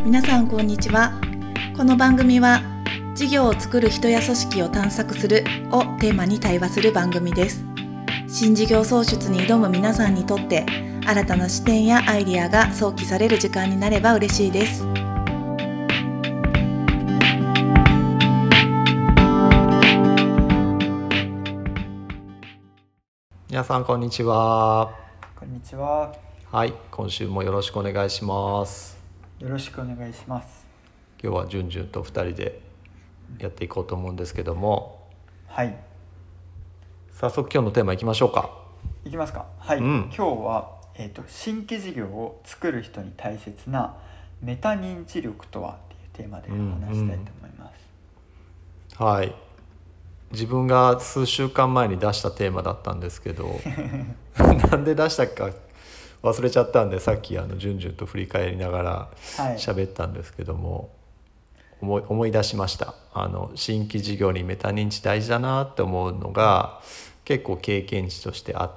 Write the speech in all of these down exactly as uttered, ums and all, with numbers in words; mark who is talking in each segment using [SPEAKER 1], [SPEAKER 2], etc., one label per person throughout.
[SPEAKER 1] 皆さんこんにちは。この番組は事業を作る人や組織を探索するをテーマに対話する番組です。新事業創出に挑む皆さんにとって新たな視点やアイディアが想起される時間になれば嬉しいです。
[SPEAKER 2] 皆さんこんにちは。
[SPEAKER 3] こんにちは。
[SPEAKER 2] はい、今週もよろしくお願いします。
[SPEAKER 3] よろしくお願いします。
[SPEAKER 2] 今日はじゅんじゅんとふたりでやっていこうと思うんですけども、
[SPEAKER 3] はい。
[SPEAKER 2] 早速今日のテーマいきましょうか。
[SPEAKER 3] いきますか。はい。
[SPEAKER 2] うん、
[SPEAKER 3] 今日は、えーと、新規事業を作る人に大切なメタ認知力とはっていうテーマで話したいと思います。
[SPEAKER 2] うんうん、はい。自分が数週間前に出したテーマだったんですけどなんで出したか忘れちゃったんで、さっきあのじゅんじゅんと振り返りながら喋ったんですけども、はい、思い、思い出しました。あの新規事業にメタ認知大事だなって思うのが結構経験値としてあって、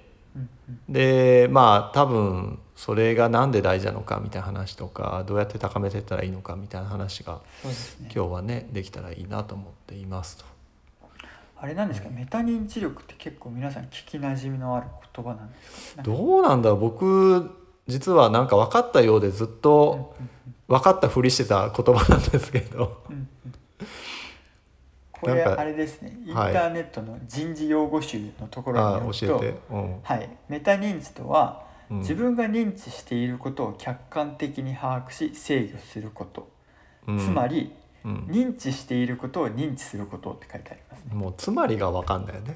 [SPEAKER 2] うんうん、でまあ多分それがなんで大事なのかみたいな話とか、どうやって高めていったらいいのかみたいな話が、そうですね、今日はねできたらいいなと思っていますと。
[SPEAKER 3] あれなんですか、メタ認知力って結構皆さん聞きなじみのある言葉なんですか？
[SPEAKER 2] どうなんだろう。僕実はなんか分かったようでずっと分かったふりしてた言葉なんですけど
[SPEAKER 3] うん、うん、これあれですね、インターネットの人事用語集のところによると、
[SPEAKER 2] 教えて、うん
[SPEAKER 3] はい、メタ認知とは、うん、自分が認知していることを客観的に把握し制御すること、うん、つまりうん、認知していることを認知することって書いてありますね。
[SPEAKER 2] もうつまりが分かんないよね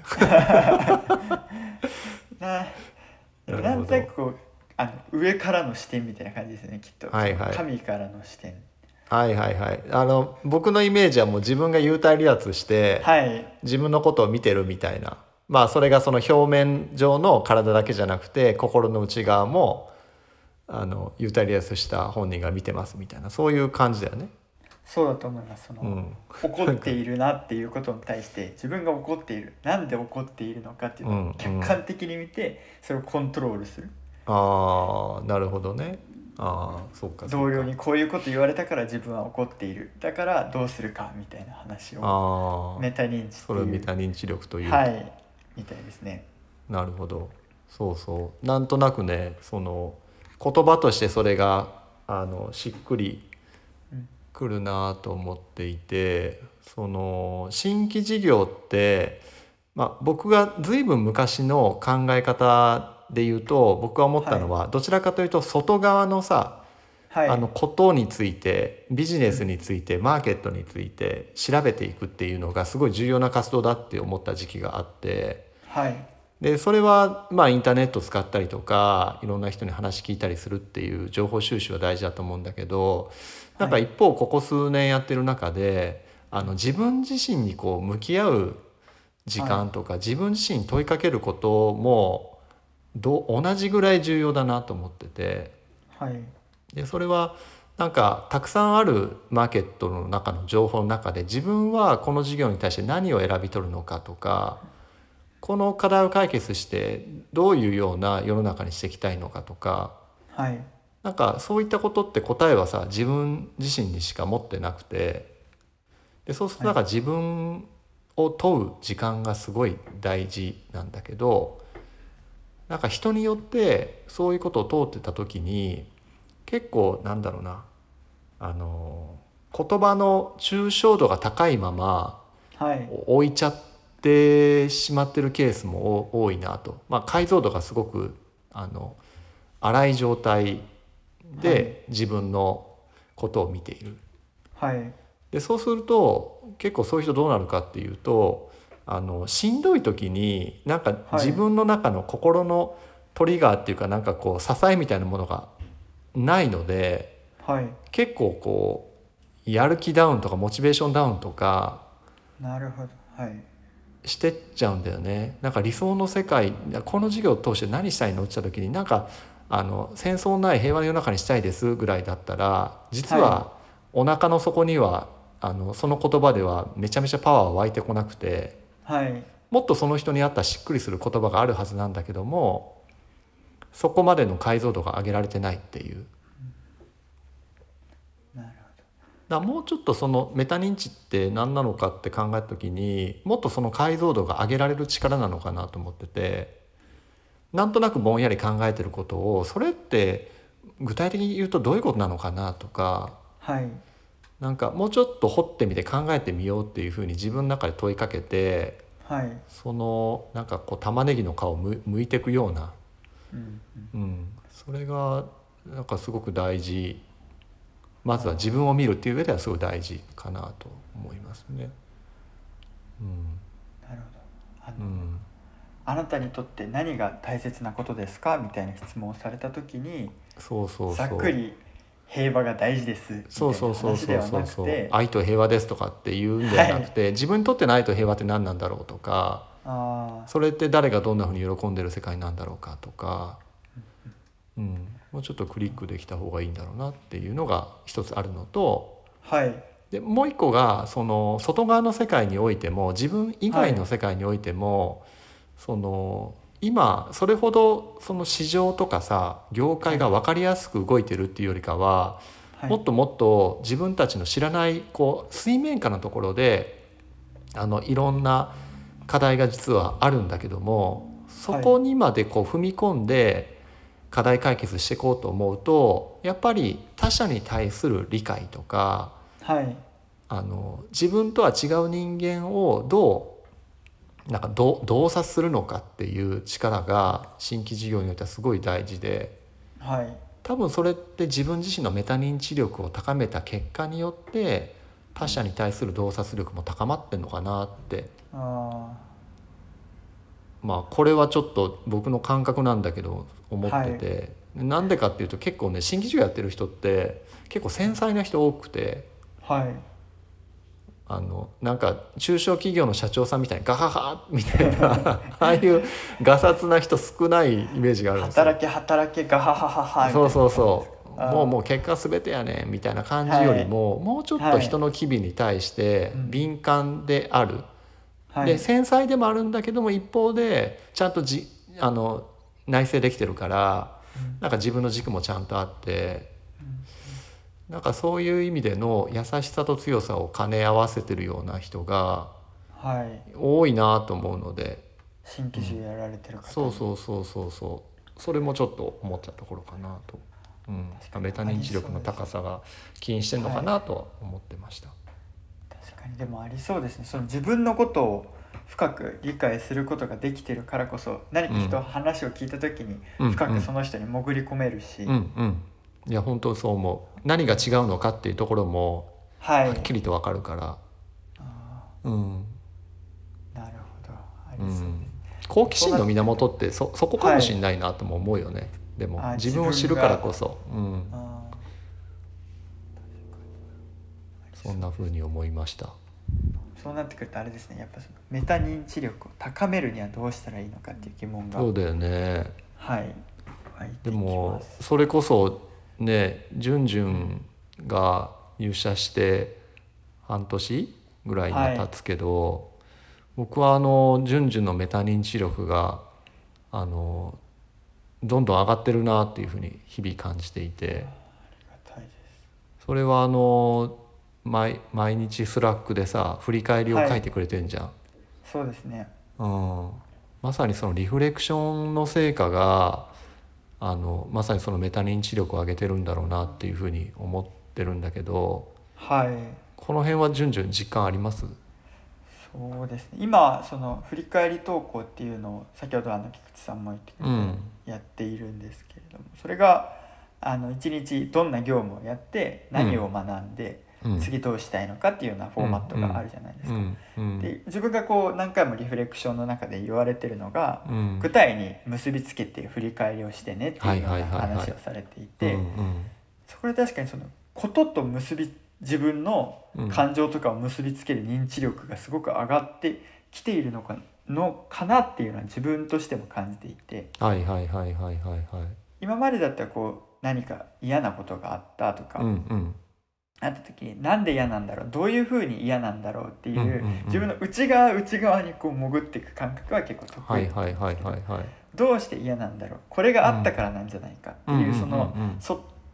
[SPEAKER 3] な, なんとなくこうあの上からの視点みたいな感じですね、きっと、はいはい、神からの視点。
[SPEAKER 2] はいはいはい。あの僕のイメージはもう自分が幽体離脱して、はい、自分のことを見てるみたいな、まあそれがその表面上の体だけじゃなくて心の内側もあの幽体離脱した本人が見てますみたいな、そういう感じだよね。
[SPEAKER 3] そうだと思います。その、うん、怒っているなっていうことに対して自分が怒っている、なんで怒っているのかっていうのを客観的に見て、うんうん、それをコントロールする。
[SPEAKER 2] ああ、なるほどね。ああ、そうかそうか。
[SPEAKER 3] 同僚にこういうこと言われたから自分は怒っている、だからどうするかみたいな話をメタ認知っていう、
[SPEAKER 2] それをメタ認知力という、
[SPEAKER 3] はいみたいですね。
[SPEAKER 2] なるほど。そうそう、なんとなくね、その言葉としてそれがあのしっくりくるなと思っていて、その新規事業って、まあ、僕が随分昔の考え方で言うと、僕が思ったのはどちらかというと外側のさ、はい、あのことについて、ビジネスについて、マーケットについて調べていくっていうのがすごい重要な活動だって思った時期があって、はい、でそれはまあインターネット使ったりとかいろんな人に話聞いたりするっていう情報収集は大事だと思うんだけど、なんか一方ここ数年やってる中で、あの自分自身にこう向き合う時間とか、はい、自分自身に問いかけることもど同じぐらい重要だなと思ってて、はい、でそれはなんかたくさんあるマーケットの中の情報の中で、自分はこの事業に対して何を選び取るのかとか、この課題を解決してどういうような世の中にしていきたいのかとか、はい、なんかそういったことって答えはさ自分自身にしか持ってなくて、でそうするとなんか自分を問う時間がすごい大事なんだけど、なんか人によってそういうことを通ってた時に結構なんだろうな、あの言葉の抽象度が高いまま置いちゃってしまってるケースも多いなと、まあ、解像度がすごくあの荒い状態で自分のことを見ている、はい、でそうすると結構そういう人どうなるかっていうと、あのしんどい時になんか自分の中の心のトリガーっていうか、なんかこう支えみたいなものがないので、はい、結構こうやる気ダウンとかモチベーションダウンとか
[SPEAKER 3] なるほど、はい、
[SPEAKER 2] してっちゃうんだよね。なんか理想の世界、この授業を通して何したいのって言った時に、なんかあの戦争のない平和の世の中にしたいですぐらいだったら、実はお腹の底にはあのその言葉ではめちゃめちゃパワーは湧いてこなくて、はい、もっとその人に合ったしっくりする言葉があるはずなんだけども、そこまでの解像度が上げられてないっていう。 だもうちょっとそのメタ認知って何なのかって考えた時にもっとその解像度が上げられる力なのかなと思ってて、なんとなくぼんやり考えてることをそれって具体的に言うとどういうことなのかなとか、
[SPEAKER 3] はい、
[SPEAKER 2] なんかもうちょっと掘ってみて考えてみようっていうふうに自分の中で問いかけて、
[SPEAKER 3] はい、
[SPEAKER 2] そのなんかこう玉ねぎの皮をむ剥いていくような、
[SPEAKER 3] うん
[SPEAKER 2] うん、それがなんかすごく大事。まずは自分を見るっていう上ではすごい大事かなと思いますね。うん、
[SPEAKER 3] なるほど。あの、
[SPEAKER 2] うん、
[SPEAKER 3] あなたにとって何が大切なことですかみたいな質問をされた時に、
[SPEAKER 2] そうそうそう、
[SPEAKER 3] ざっくり平和が大事ですみたいな話ではなくて、
[SPEAKER 2] 愛と平和ですとかっていうんではなくて、はい、自分にとっての愛と平和って何なんだろうとか、あそれって誰がどんなふうに喜んでる世界なんだろうかとか、うん、もうちょっとクリックできた方がいいんだろうなっていうのが一つあるのと、
[SPEAKER 3] はい、
[SPEAKER 2] でもう一個がその外側の世界においても自分以外の世界においても、はい、その今それほどその市場とかさ業界が分かりやすく動いてるっていうよりかは、はい、もっともっと自分たちの知らないこう水面下のところであのいろんな課題が実はあるんだけども、そこにまでこう踏み込んで課題解決していこうと思うと、やっぱり他者に対する理解とか、はい、あの自分とは違う人間をどうなんかど洞察するのかっていう力が新規事業においてはすごい大事で、はい、多分それって自分自身のメタ認知力を高めた結果によって他者に対する洞察力も高まってんのかなって。あまあこれはちょっと僕の感覚なんだけど思ってて、はい、なんでかっていうと結構ね新規事業やってる人って結構繊細な人多くて、はい、あのなんか中小企業の社長さんみたいにガハハみたいなああいうガサツな人少ないイメージがあるんですよ。
[SPEAKER 3] 働け働けガハハハハ
[SPEAKER 2] そうそうそうもうもう結果全てやねみたいな感じよりも、はい、もうちょっと人の機微に対して敏感である、はい、で繊細でもあるんだけども一方でちゃんとじあの内省できてるから、うん、なんか自分の軸もちゃんとあって、うん、なんかそういう意味での優しさと強さを兼ね合わせてるような人が多いなと思うので、はい、
[SPEAKER 3] 新規事業やられてる方、
[SPEAKER 2] うん、そうそうそうそうそうそれもちょっと思ったところかなと、うん、メタ認知力の高さが起因してるのかなとは思ってました。はい、
[SPEAKER 3] 確かにでもありそうですね。その自分のことを深く理解することができてるからこそ何か人の話を聞いた時に深くその人に潜り込めるし、
[SPEAKER 2] うんうんうん、いや本当そう思う。何が違うのかっていうところもはっきりと分かるから、はい、うん、
[SPEAKER 3] なるほどありそうです、うん、
[SPEAKER 2] 好奇心の源って そ, そこかもしれないなとも思うよね、はい、でも自分を知るからこそ、うん、そんな風に思いました。
[SPEAKER 3] そうなってくるとあれですね、やっぱそのメタ認知力を高めるにはどうしたらいいのかっていう疑問が
[SPEAKER 2] そうだよね。
[SPEAKER 3] はい
[SPEAKER 2] でもそれこそね、ジュンジュンが入社して半年ぐらいに経つけど、はい、僕はあのジュンジュンのメタ認知力があのどんどん上がってるなっていうふうに日々感じていて、ありがたいです。それはあの毎, 毎日スラックでさ振り返りを書いてくれてんじゃん、はい、
[SPEAKER 3] そうですね、
[SPEAKER 2] うん、まさにそのリフレクションの成果があのまさにそのメタ認知力を上げてるんだろうなっていうふうに思ってるんだけど、はい、この辺は順々実感あります？
[SPEAKER 3] そうですね、今その振り返り投稿っていうのを先ほどあの菊池さんも言ってくれて、うん、やっているんですけれども、それがあのいちにちどんな業務をやって何を学んで、うん次どうしたいのかっていうようなフォーマットがあるじゃないですか、うんうん、で自分がこう何回もリフレクションの中で言われてるのが、うん、具体に結びつけて振り返りをしてねっていうような話をされていて、そこで確かにそのことと結び自分の感情とかを結びつける認知力がすごく上がってきているのかのかなっていうのは自分としても感じていて、
[SPEAKER 2] はいはいはいはいはいはい、
[SPEAKER 3] 今までだったらこう何か嫌なことがあったとか、うんうんあった時になんで嫌なんだろう、どういうふうに嫌なんだろうっていう、うんうんうん、自分の内側内側にこう潜っていく感覚は結構得意なんですけど、はいはいはいはいはい、どうして嫌なんだろう、これがあったからなんじゃないかっていう、うん、その、うんうんうん、そうん、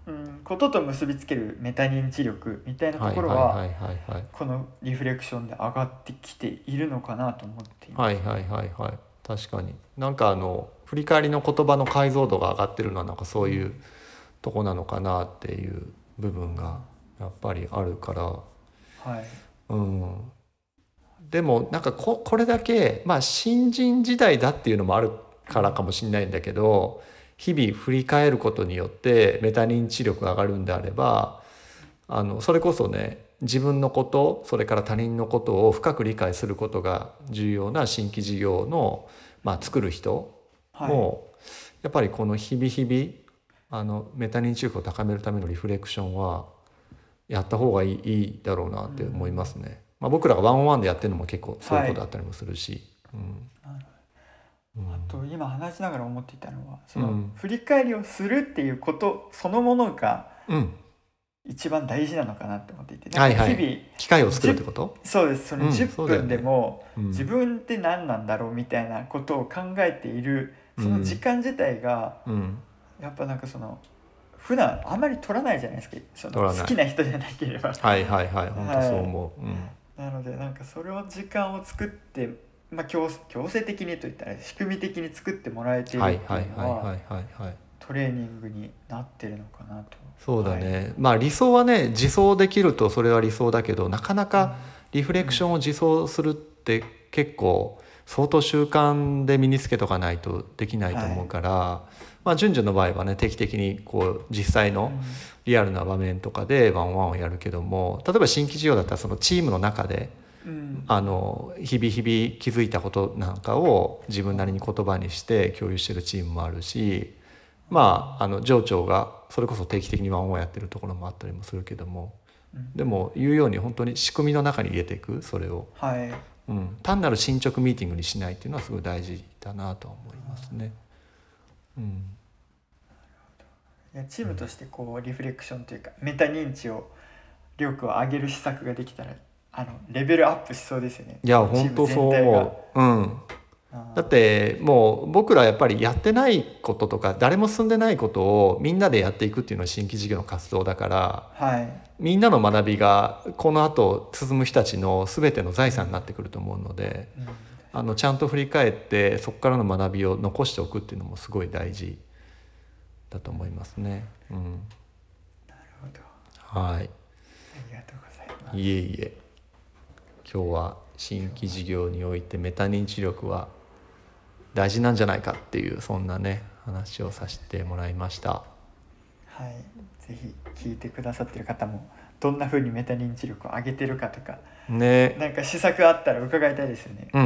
[SPEAKER 3] ことと結びつけるメタ認知力みたいなところはこのリフレクションで上がってきているのかなと思っています。
[SPEAKER 2] はいはいはいはい、確かになんかあの振り返りの言葉の解像度が上がってるのはなんかそういうとこなのかなっていう部分がやっぱりあるから、
[SPEAKER 3] はい、
[SPEAKER 2] うん、でもなんか こ, これだけ、まあ、新人時代だっていうのもあるからかもしれないんだけど、日々振り返ることによってメタ認知力が上がるんであれば、あのそれこそね、自分のこと、それから他人のことを深く理解することが重要な新規事業の、まあ、作る人も、はい、やっぱりこの日々日々あのメタ認知力を高めるためのリフレクションはやった方がいい、いいだろうなって思いますね。まあ、僕らがワンオンワンでやってるのも結構そういうことだったりもするし、はい、
[SPEAKER 3] うん、あと今話しながら思っていたのは、その振り返りをするっていうことそのものが一番大事なのかなって思っていて、
[SPEAKER 2] なんか日々、はいはい、機会を作るってこと？
[SPEAKER 3] そうです。そのじゅっぷんでも自分って何なんだろうみたいなことを考えているその時間自体が、うん、やっぱなんかその普段あんまり取らないじゃないですか、その好きな人じゃなければ。
[SPEAKER 2] はいはいはい、本当そう思う、はい、うん、
[SPEAKER 3] なのでなんかそれを時間を作って、まあ、強, 強制的にといったら仕組み的に作ってもらえているっていうのはトレーニングになってるのかなと。
[SPEAKER 2] そうだね、はい、まあ理想はね、自走できるとそれは理想だけど、なかなかリフレクションを自走するって結構相当習慣で身につけとかないとできないと思うから、はい、まあ順序の場合はね、定期的にこう実際のリアルな場面とかでワンワンをやるけども、例えば新規事業だったらそのチームの中で、うん、あの日々日々気づいたことなんかを自分なりに言葉にして共有してるチームもあるし、まああの上長がそれこそ定期的にワンワンやってるところもあったりもするけども、うん、でも言うように本当に仕組みの中に入れていく、それを、
[SPEAKER 3] はい、
[SPEAKER 2] うん、単なる進捗ミーティングにしないっていうのはすごい大事だなと思いますね。うん、
[SPEAKER 3] いやチームとしてこうリフレクションというかメタ認知を力を上げる施策ができたらあのレベルアップしそうですよね。
[SPEAKER 2] いや本当そう思う、うん、だってもう僕らやっぱりやってないこととか誰も進んでないことをみんなでやっていくっていうのは新規事業の活動だから、
[SPEAKER 3] はい、
[SPEAKER 2] みんなの学びがこの後進む人たちの全ての財産になってくると思うので、うん、あのちゃんと振り返ってそこからの学びを残しておくっていうのもすごい大事だと思いますね。うん、な
[SPEAKER 3] るほど。
[SPEAKER 2] はい。
[SPEAKER 3] ありがとうございます。
[SPEAKER 2] いえいえ。今日は新規事業においてメタ認知力は大事なんじゃないかっていうそんなね話をさせてもらいました。
[SPEAKER 3] はい。ぜひ聞いてくださってる方もどんな風にメタ認知力を上げてるかとか、
[SPEAKER 2] ね、
[SPEAKER 3] なんか施策あったら伺いたいですよね。
[SPEAKER 2] うんうん。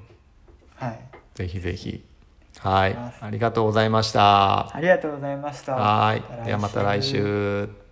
[SPEAKER 3] はい。
[SPEAKER 2] ぜひぜひ。はい。ありがとうございました。
[SPEAKER 3] ありがとうございました。
[SPEAKER 2] はい。ではまた来週。